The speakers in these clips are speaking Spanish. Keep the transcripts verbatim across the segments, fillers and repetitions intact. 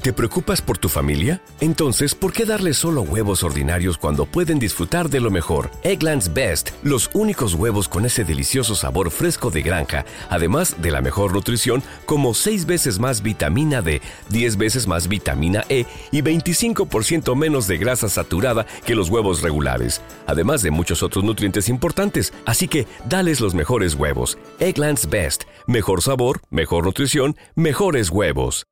¿Te preocupas por tu familia? Entonces, ¿por qué darles solo huevos ordinarios cuando pueden disfrutar de lo mejor? Eggland's Best, los únicos huevos con ese delicioso sabor fresco de granja, además de la mejor nutrición, como seis veces más vitamina D, diez veces más vitamina E y veinticinco por ciento menos de grasa saturada que los huevos regulares, además de muchos otros nutrientes importantes. Así que, dales los mejores huevos. Eggland's Best, mejor sabor, mejor nutrición, mejores huevos.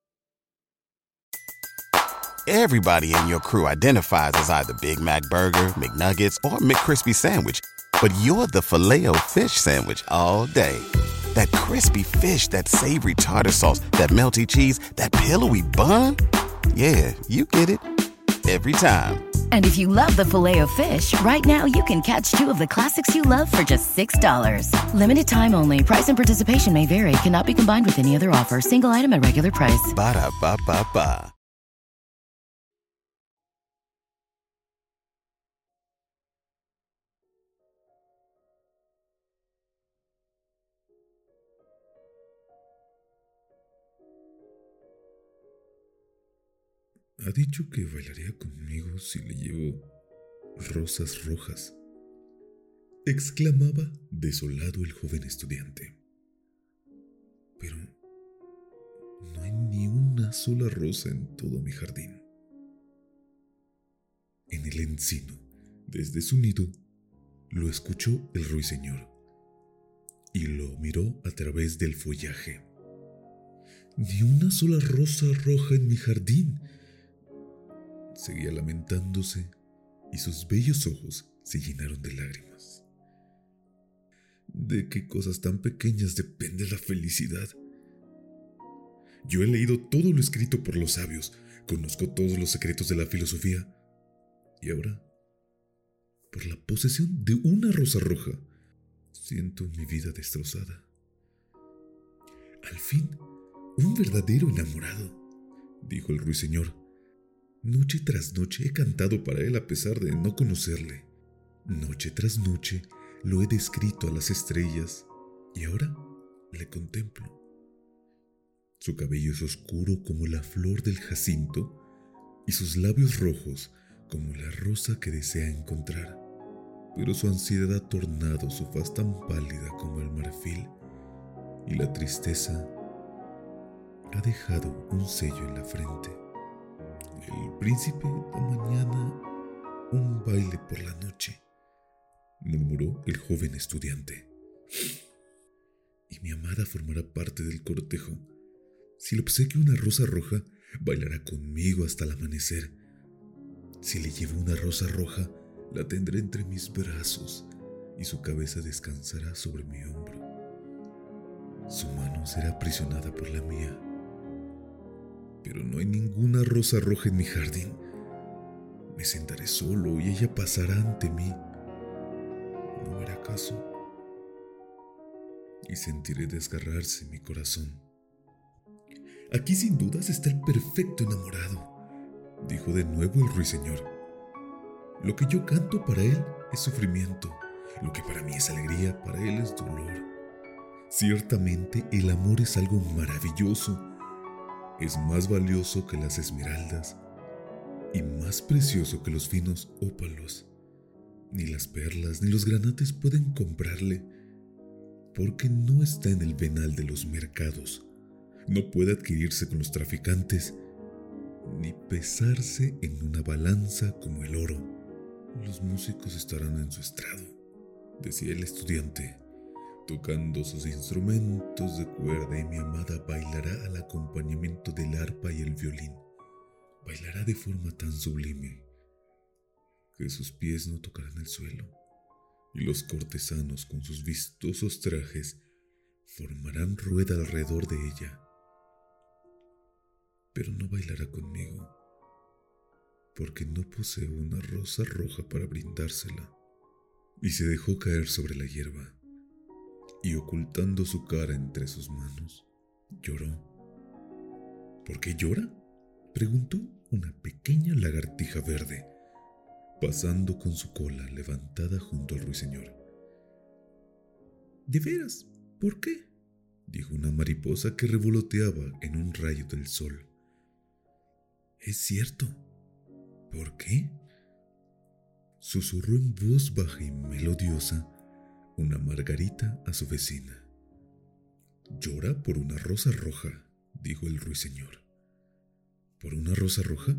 Everybody in your crew identifies as either Big Mac Burger, McNuggets, or McCrispy Sandwich. But you're the Filet-O-Fish Sandwich all day. That crispy fish, that savory tartar sauce, that melty cheese, that pillowy bun. Yeah, you get it. Every time. And if you love the Filet-O-Fish, right now you can catch two of the classics you love for just six dollars. Limited time only. Price and participation may vary. Cannot be combined with any other offer. Single item at regular price. Ba-da-ba-ba-ba. Ha dicho que bailaría conmigo si le llevo rosas rojas, exclamaba desolado el joven estudiante. Pero no hay ni una sola rosa en todo mi jardín. En el encino, desde su nido, lo escuchó el ruiseñor y lo miró a través del follaje. Ni una sola rosa roja en mi jardín. Seguía lamentándose y sus bellos ojos se llenaron de lágrimas. ¿De qué cosas tan pequeñas depende la felicidad? Yo he leído todo lo escrito por los sabios, conozco todos los secretos de la filosofía, y ahora, por la posesión de una rosa roja, siento mi vida destrozada. Al fin, un verdadero enamorado, dijo el ruiseñor. Noche tras noche he cantado para él a pesar de no conocerle. Noche tras noche lo he descrito a las estrellas y ahora le contemplo. Su cabello es oscuro como la flor del jacinto y sus labios rojos como la rosa que desea encontrar. Pero su ansiedad ha tornado su faz tan pálida como el marfil y la tristeza ha dejado un sello en la frente. El príncipe da mañana un baile por la noche, murmuró el joven estudiante. Y mi amada formará parte del cortejo. Si le obsequio una rosa roja, bailará conmigo hasta el amanecer. Si le llevo una rosa roja, la tendré entre mis brazos y su cabeza descansará sobre mi hombro. Su mano será aprisionada por la mía. Pero no hay ninguna rosa roja en mi jardín. Me sentaré solo y ella pasará ante mí. No me hará caso. Y sentiré desgarrarse mi corazón. Aquí sin dudas está el perfecto enamorado, dijo de nuevo el ruiseñor. Lo que yo canto para él es sufrimiento. Lo que para mí es alegría, para él es dolor. Ciertamente el amor es algo maravilloso. Es más valioso que las esmeraldas y más precioso que los finos ópalos. Ni las perlas ni los granates pueden comprarle, porque no está en el venal de los mercados. No puede adquirirse con los traficantes, ni pesarse en una balanza como el oro. Los músicos estarán en su estrado, decía el estudiante, tocando sus instrumentos de cuerda, y mi amada bailará al acompañamiento del arpa y el violín. Bailará de forma tan sublime que sus pies no tocarán el suelo, y los cortesanos con sus vistosos trajes formarán rueda alrededor de ella. Pero no bailará conmigo, porque no poseo una rosa roja para brindársela. Y se dejó caer sobre la hierba, y ocultando su cara entre sus manos, lloró. ¿Por qué llora?, preguntó una pequeña lagartija verde, pasando con su cola levantada junto al ruiseñor. ¿De veras? ¿Por qué?, dijo una mariposa que revoloteaba en un rayo del sol. Es cierto. ¿Por qué? Susurró en voz baja y melodiosa una margarita a su vecina. Llora por una rosa roja, dijo el ruiseñor. ¿Por una rosa roja?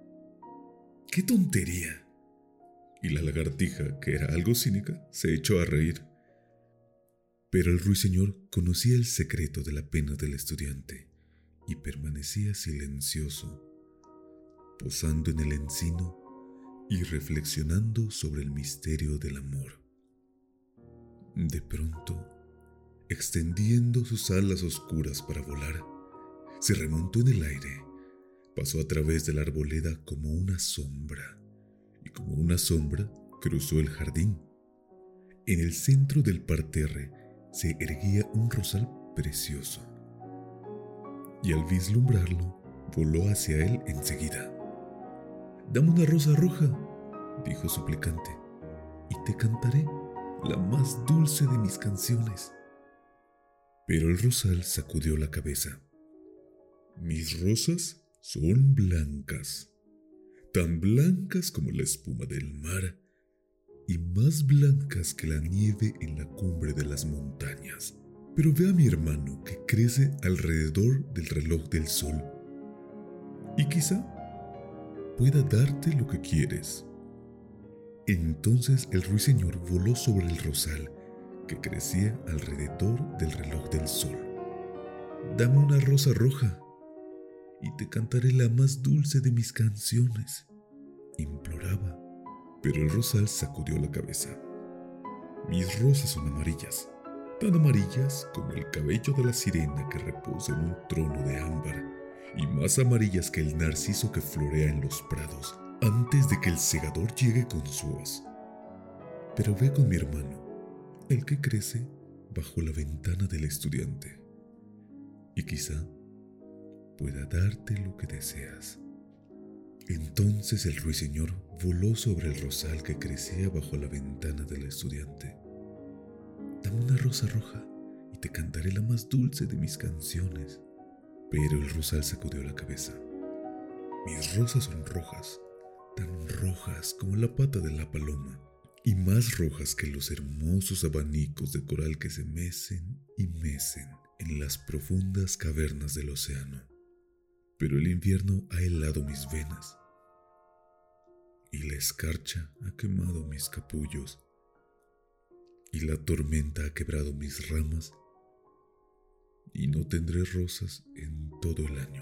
¡Qué tontería! Y la lagartija, que era algo cínica, se echó a reír. Pero el ruiseñor conocía el secreto de la pena del estudiante y permanecía silencioso, posando en el encino y reflexionando sobre el misterio del amor. De pronto, extendiendo sus alas oscuras para volar, se remontó en el aire, pasó a través de la arboleda como una sombra, y como una sombra cruzó el jardín. En el centro del parterre se erguía un rosal precioso, y al vislumbrarlo, voló hacia él enseguida. «Dame una rosa roja», dijo suplicante, «y te cantaré la más dulce de mis canciones». Pero el rosal sacudió la cabeza. «Mis rosas son blancas, tan blancas como la espuma del mar, y más blancas que la nieve en la cumbre de las montañas. Pero ve a mi hermano que crece alrededor del reloj del sol, y quizá pueda darte lo que quieres». Entonces el ruiseñor voló sobre el rosal que crecía alrededor del reloj del sol. «Dame una rosa roja y te cantaré la más dulce de mis canciones», imploraba. Pero el rosal sacudió la cabeza. «Mis rosas son amarillas, tan amarillas como el cabello de la sirena que reposa en un trono de ámbar, y más amarillas que el narciso que florea en los prados antes de que el segador llegue con su hoz. Pero ve con mi hermano, el que crece bajo la ventana del estudiante, y quizá pueda darte lo que deseas». Entonces el ruiseñor voló sobre el rosal que crecía bajo la ventana del estudiante. «Dame una rosa roja y te cantaré la más dulce de mis canciones». Pero el rosal sacudió la cabeza. «Mis rosas son rojas, tan rojas como la pata de la paloma, y más rojas que los hermosos abanicos de coral que se mecen y mecen en las profundas cavernas del océano. Pero el invierno ha helado mis venas, y la escarcha ha quemado mis capullos, y la tormenta ha quebrado mis ramas, y no tendré rosas en todo el año».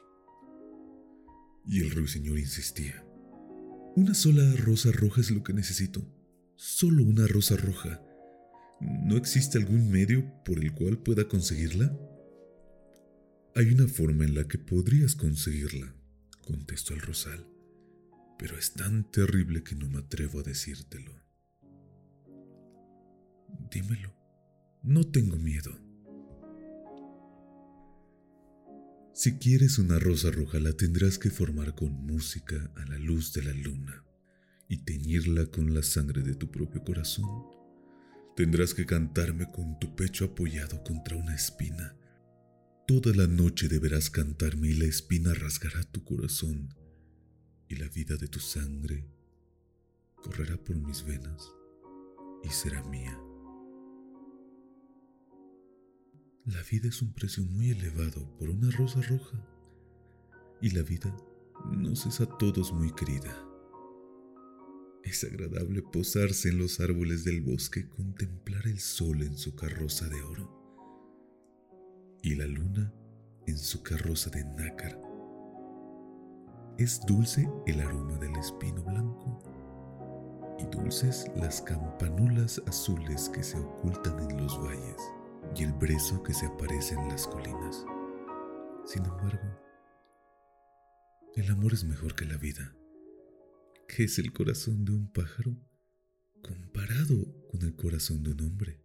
Y el ruiseñor insistía. «Una sola rosa roja es lo que necesito, solo una rosa roja. ¿No existe algún medio por el cual pueda conseguirla?» «Hay una forma en la que podrías conseguirla», contestó el rosal, «pero es tan terrible que no me atrevo a decírtelo». «Dímelo, no tengo miedo». «Si quieres una rosa roja la tendrás que formar con música a la luz de la luna y teñirla con la sangre de tu propio corazón. Tendrás que cantarme con tu pecho apoyado contra una espina. Toda la noche deberás cantarme y la espina rasgará tu corazón y la vida de tu sangre correrá por mis venas y será mía». La vida es un precio muy elevado por una rosa roja, y la vida nos es a todos muy querida. Es agradable posarse en los árboles del bosque y contemplar el sol en su carroza de oro, y la luna en su carroza de nácar. Es dulce el aroma del espino blanco, y dulces las campanulas azules que se ocultan en los valles, y el brezo que se aparece en las colinas. Sin embargo, el amor es mejor que la vida, que es el corazón de un pájaro comparado con el corazón de un hombre.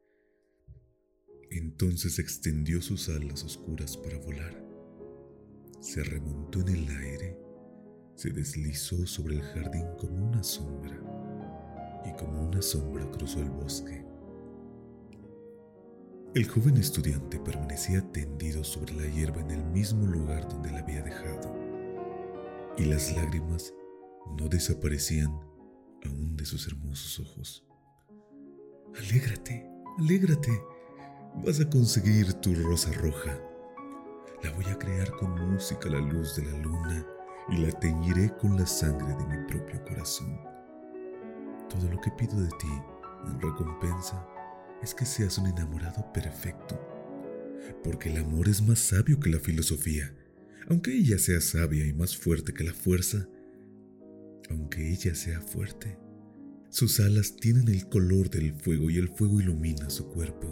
Entonces extendió sus alas oscuras para volar, se remontó en el aire, se deslizó sobre el jardín como una sombra, y como una sombra cruzó el bosque. El joven estudiante permanecía tendido sobre la hierba en el mismo lugar donde la había dejado. y las lágrimas no desaparecían aún de sus hermosos ojos. Alégrate, alégrate, vas a conseguir tu rosa roja. La voy a crear con música a la luz de la luna y la teñiré con la sangre de mi propio corazón. Todo lo que pido de ti en recompensa es que seas un enamorado perfecto, porque el amor es más sabio que la filosofía, aunque ella sea sabia y más fuerte que la fuerza. Aunque ella sea fuerte, sus alas tienen el color del fuego y el fuego ilumina su cuerpo.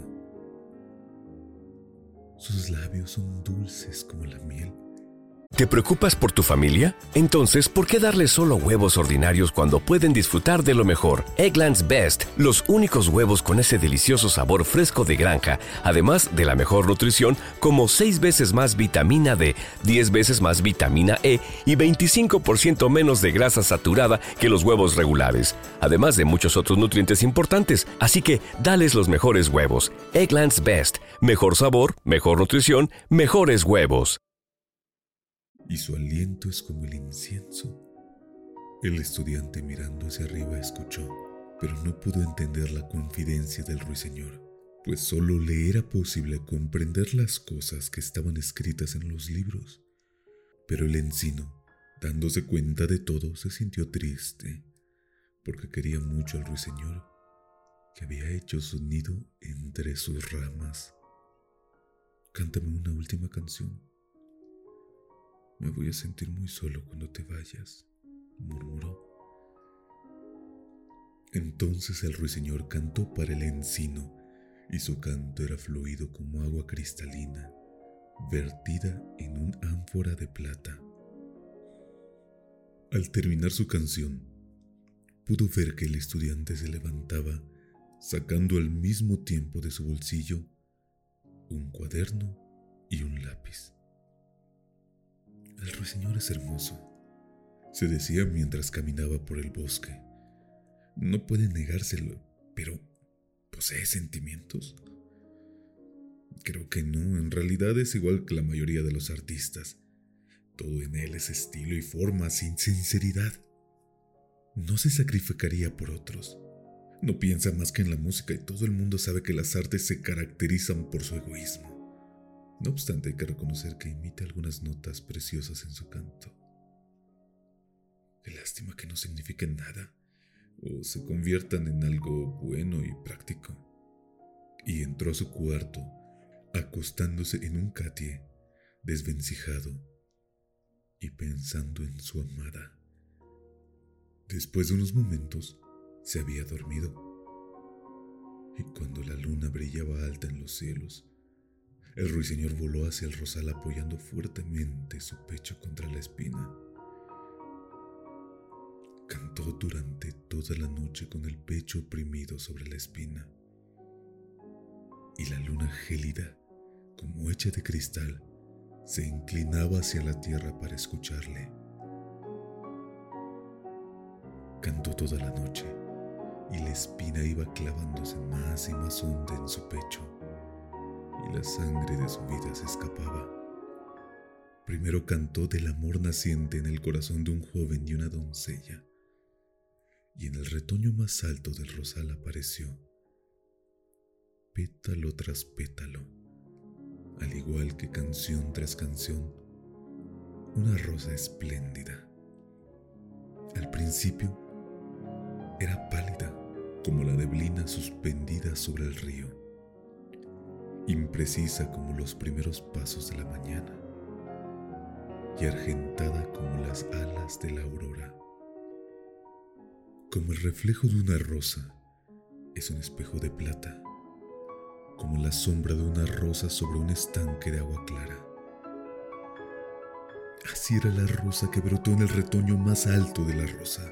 Sus labios son dulces como la miel. ¿Te preocupas por tu familia? Entonces, ¿por qué darles solo huevos ordinarios cuando pueden disfrutar de lo mejor? Eggland's Best, los únicos huevos con ese delicioso sabor fresco de granja, además de la mejor nutrición, como seis veces más vitamina D, diez veces más vitamina E y veinticinco por ciento menos de grasa saturada que los huevos regulares, además de muchos otros nutrientes importantes. Así que, dales los mejores huevos. Eggland's Best, mejor sabor, mejor nutrición, mejores huevos. Y su aliento es como el incienso. El estudiante mirando hacia arriba escuchó, pero no pudo entender la confidencia del ruiseñor, pues solo le era posible comprender las cosas que estaban escritas en los libros. Pero el encino, dándose cuenta de todo, se sintió triste, porque quería mucho al ruiseñor, que había hecho su nido entre sus ramas. Cántame una última canción. Me voy a sentir muy solo cuando te vayas, murmuró. Entonces el ruiseñor cantó para el encino, y su canto era fluido como agua cristalina, vertida en un ánfora de plata. Al terminar su canción, pudo ver que el estudiante se levantaba, sacando al mismo tiempo de su bolsillo un cuaderno y un lápiz. El ruiseñor es hermoso, se decía mientras caminaba por el bosque. No puede negárselo, pero ¿posee sentimientos? Creo que no, en realidad es igual que la mayoría de los artistas. Todo en él es estilo y forma, sin sinceridad. No se sacrificaría por otros. No piensa más que en la música y todo el mundo sabe que las artes se caracterizan por su egoísmo. No obstante, hay que reconocer que imita algunas notas preciosas en su canto. Qué lástima que no signifiquen nada o se conviertan en algo bueno y práctico. Y entró a su cuarto, acostándose en un catie, desvencijado y pensando en su amada. Después de unos momentos, se había dormido. Y cuando la luna brillaba alta en los cielos, el ruiseñor voló hacia el rosal apoyando fuertemente su pecho contra la espina. Cantó durante toda la noche con el pecho oprimido sobre la espina. Y la luna gélida, como hecha de cristal, se inclinaba hacia la tierra para escucharle. Cantó toda la noche, y la espina iba clavándose más y más honda en su pecho, y la sangre de su vida se escapaba. Primero cantó del amor naciente en el corazón de un joven y una doncella, y en el retoño más alto del rosal apareció, pétalo tras pétalo, al igual que canción tras canción, una rosa espléndida. Al principio era pálida como la neblina suspendida sobre el río, imprecisa como los primeros pasos de la mañana y argentada como las alas de la aurora. Como el reflejo de una rosa es un espejo de plata, como la sombra de una rosa sobre un estanque de agua clara. Así era la rosa que brotó en el retoño más alto de la rosa.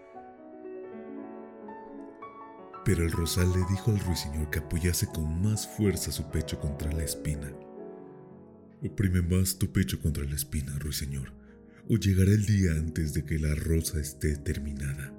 Pero el rosal le dijo al ruiseñor que apoyase con más fuerza su pecho contra la espina. Oprime más tu pecho contra la espina, ruiseñor, o llegará el día antes de que la rosa esté terminada.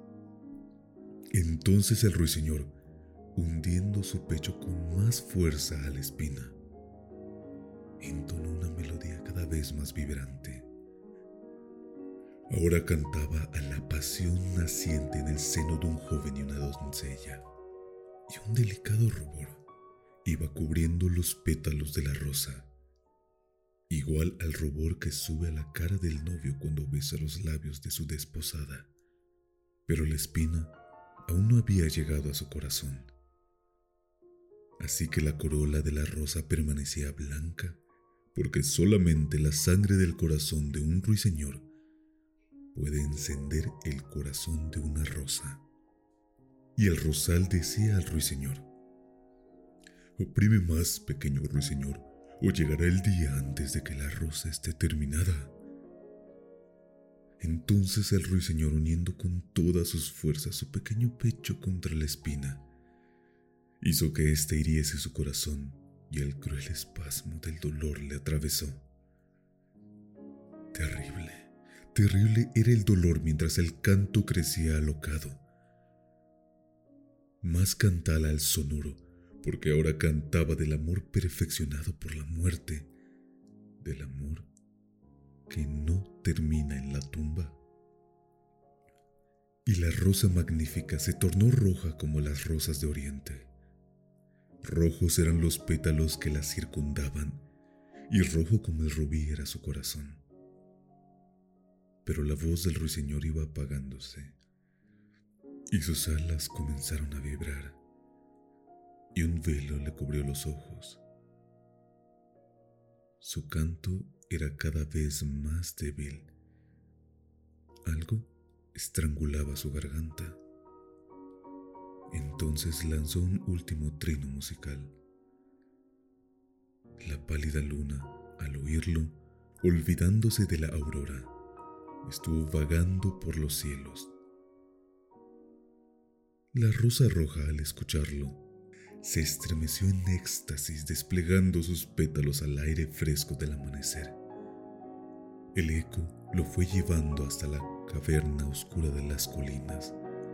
Entonces el ruiseñor, hundiendo su pecho con más fuerza a la espina, entonó una melodía cada vez más vibrante. ahora cantaba a la pasión naciente en el seno de un joven y una doncella, y un delicado rubor iba cubriendo los pétalos de la rosa, igual al rubor que sube a la cara del novio cuando besa los labios de su desposada. Pero la espina aún no había llegado a su corazón. Así que la corola de la rosa permanecía blanca, porque solamente la sangre del corazón de un ruiseñor puede encender el corazón de una rosa. Y el rosal decía al ruiseñor: oprime más, pequeño ruiseñor, o llegará el día antes de que la rosa esté terminada. Entonces el ruiseñor, uniendo con todas sus fuerzas su pequeño pecho contra la espina, hizo que éste hiriese su corazón, y el cruel espasmo del dolor le atravesó. Terrible, terrible era el dolor mientras el canto crecía alocado. Más cantaba al sonoro, porque ahora cantaba del amor perfeccionado por la muerte, del amor que no termina en la tumba. Y la rosa magnífica se tornó roja como las rosas de Oriente. Rojos eran los pétalos que la circundaban, y rojo como el rubí era su corazón. Pero la voz del ruiseñor iba apagándose, y sus alas comenzaron a vibrar, y un velo le cubrió los ojos. Su canto era cada vez más débil. Algo estrangulaba su garganta. Entonces lanzó un último trino musical. La pálida luna, al oírlo, olvidándose de la aurora, estuvo vagando por los cielos. La rosa roja, al escucharlo, se estremeció en éxtasis, desplegando sus pétalos al aire fresco del amanecer. El eco lo fue llevando hasta la caverna oscura de las colinas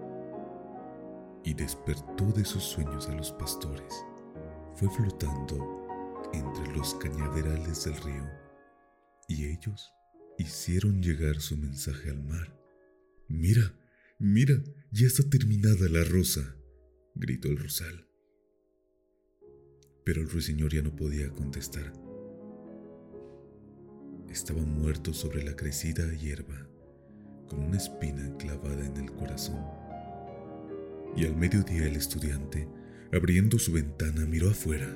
y despertó de sus sueños a los pastores. Fue flotando entre los cañaverales del río, y ellos hicieron llegar su mensaje al mar. «Mira, mira, ya está terminada la rosa», gritó el rosal. Pero el ruiseñor ya no podía contestar. Estaba muerto sobre la crecida hierba, con una espina clavada en el corazón. Y al mediodía el estudiante, abriendo su ventana, miró afuera.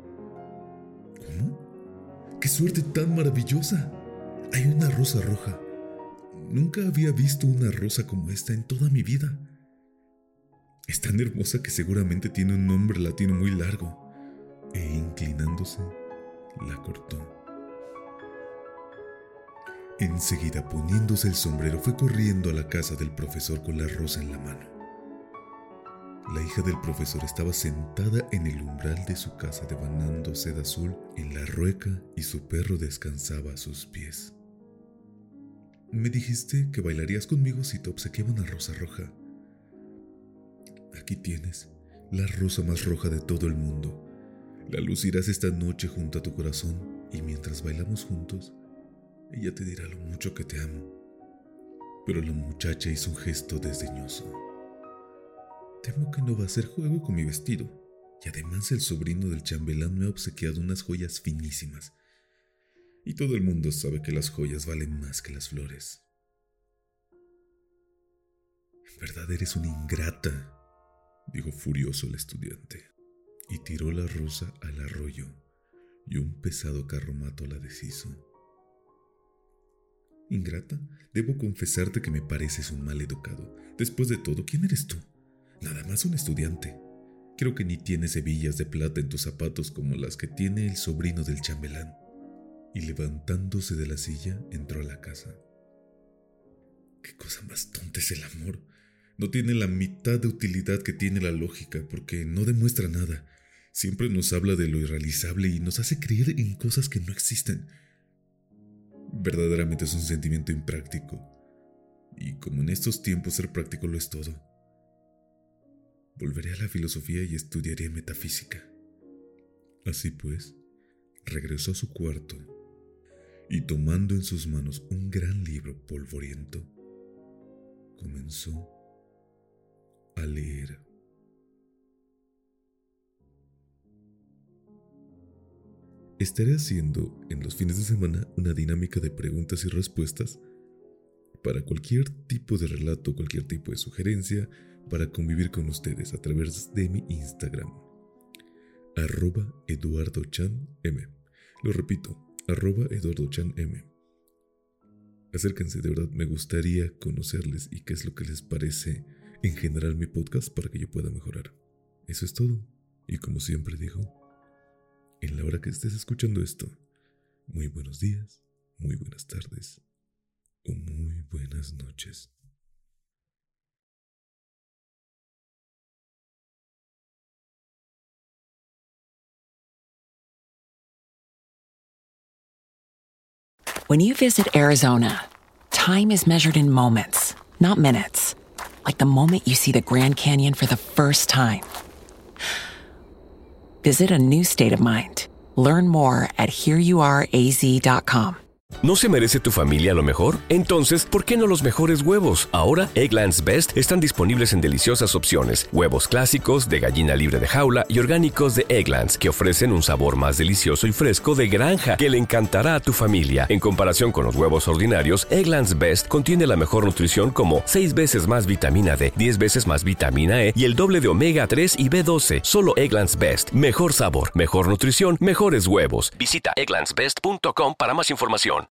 ¿Cómo? ¡Qué suerte tan maravillosa! Hay una rosa roja. Nunca había visto una rosa como esta en toda mi vida. Es tan hermosa que seguramente tiene un nombre latino muy largo. E inclinándose, la cortó. Enseguida, poniéndose el sombrero, fue corriendo a la casa del profesor con la rosa en la mano. La hija del profesor estaba sentada en el umbral de su casa devanando seda azul en la rueca, y su perro descansaba a sus pies. «Me dijiste que bailarías conmigo si te obsequiaba una rosa roja. Aquí tienes, la rosa más roja de todo el mundo. La lucirás esta noche junto a tu corazón, y mientras bailamos juntos, ella te dirá lo mucho que te amo». Pero la muchacha hizo un gesto desdeñoso. «Temo que no va a hacer juego con mi vestido, y además el sobrino del chambelán me ha obsequiado unas joyas finísimas, y todo el mundo sabe que las joyas valen más que las flores». «En verdad eres una ingrata», dijo furioso el estudiante, y tiró la rosa al arroyo, y un pesado carromato la deshizo. «Ingrata, debo confesarte que me pareces un mal educado. Después de todo, ¿quién eres tú? Nada más un estudiante. Creo que ni tienes hebillas de plata en tus zapatos como las que tiene el sobrino del chambelán». Y levantándose de la silla, entró a la casa. «Qué cosa más tonta es el amor. No tiene la mitad de utilidad que tiene la lógica, porque no demuestra nada. Siempre nos habla de lo irrealizable y nos hace creer en cosas que no existen. Verdaderamente es un sentimiento impráctico. Y como en estos tiempos ser práctico lo es todo, volveré a la filosofía y estudiaré metafísica». Así pues, regresó a su cuarto y tomando en sus manos un gran libro polvoriento, comenzó a leer. Estaré haciendo en los fines de semana una dinámica de preguntas y respuestas para cualquier tipo de relato, cualquier tipo de sugerencia, para convivir con ustedes a través de mi Instagram, arroba eduardochanm. Lo repito, arroba eduardochanm. Acérquense, de verdad, me gustaría conocerles y qué es lo que les parece en general mi podcast para que yo pueda mejorar. Eso es todo, y como siempre digo, en la hora que estés escuchando esto, muy buenos días, muy buenas tardes o muy buenas noches. When you visit Arizona, time is measured in moments, not minutes. Like the moment you see the Grand Canyon for the first time. Visit a new state of mind. Learn more at here you are a z dot com. ¿No se merece tu familia lo mejor? Entonces, ¿por qué no los mejores huevos? Ahora, Eggland's Best están disponibles en deliciosas opciones. Huevos clásicos, de gallina libre de jaula y orgánicos de Eggland's, que ofrecen un sabor más delicioso y fresco de granja que le encantará a tu familia. En comparación con los huevos ordinarios, Eggland's Best contiene la mejor nutrición como seis veces más vitamina D, diez veces más vitamina E y el doble de omega tres y B doce. Solo Eggland's Best. Mejor sabor, mejor nutrición, mejores huevos. Visita egglands best punto com para más información.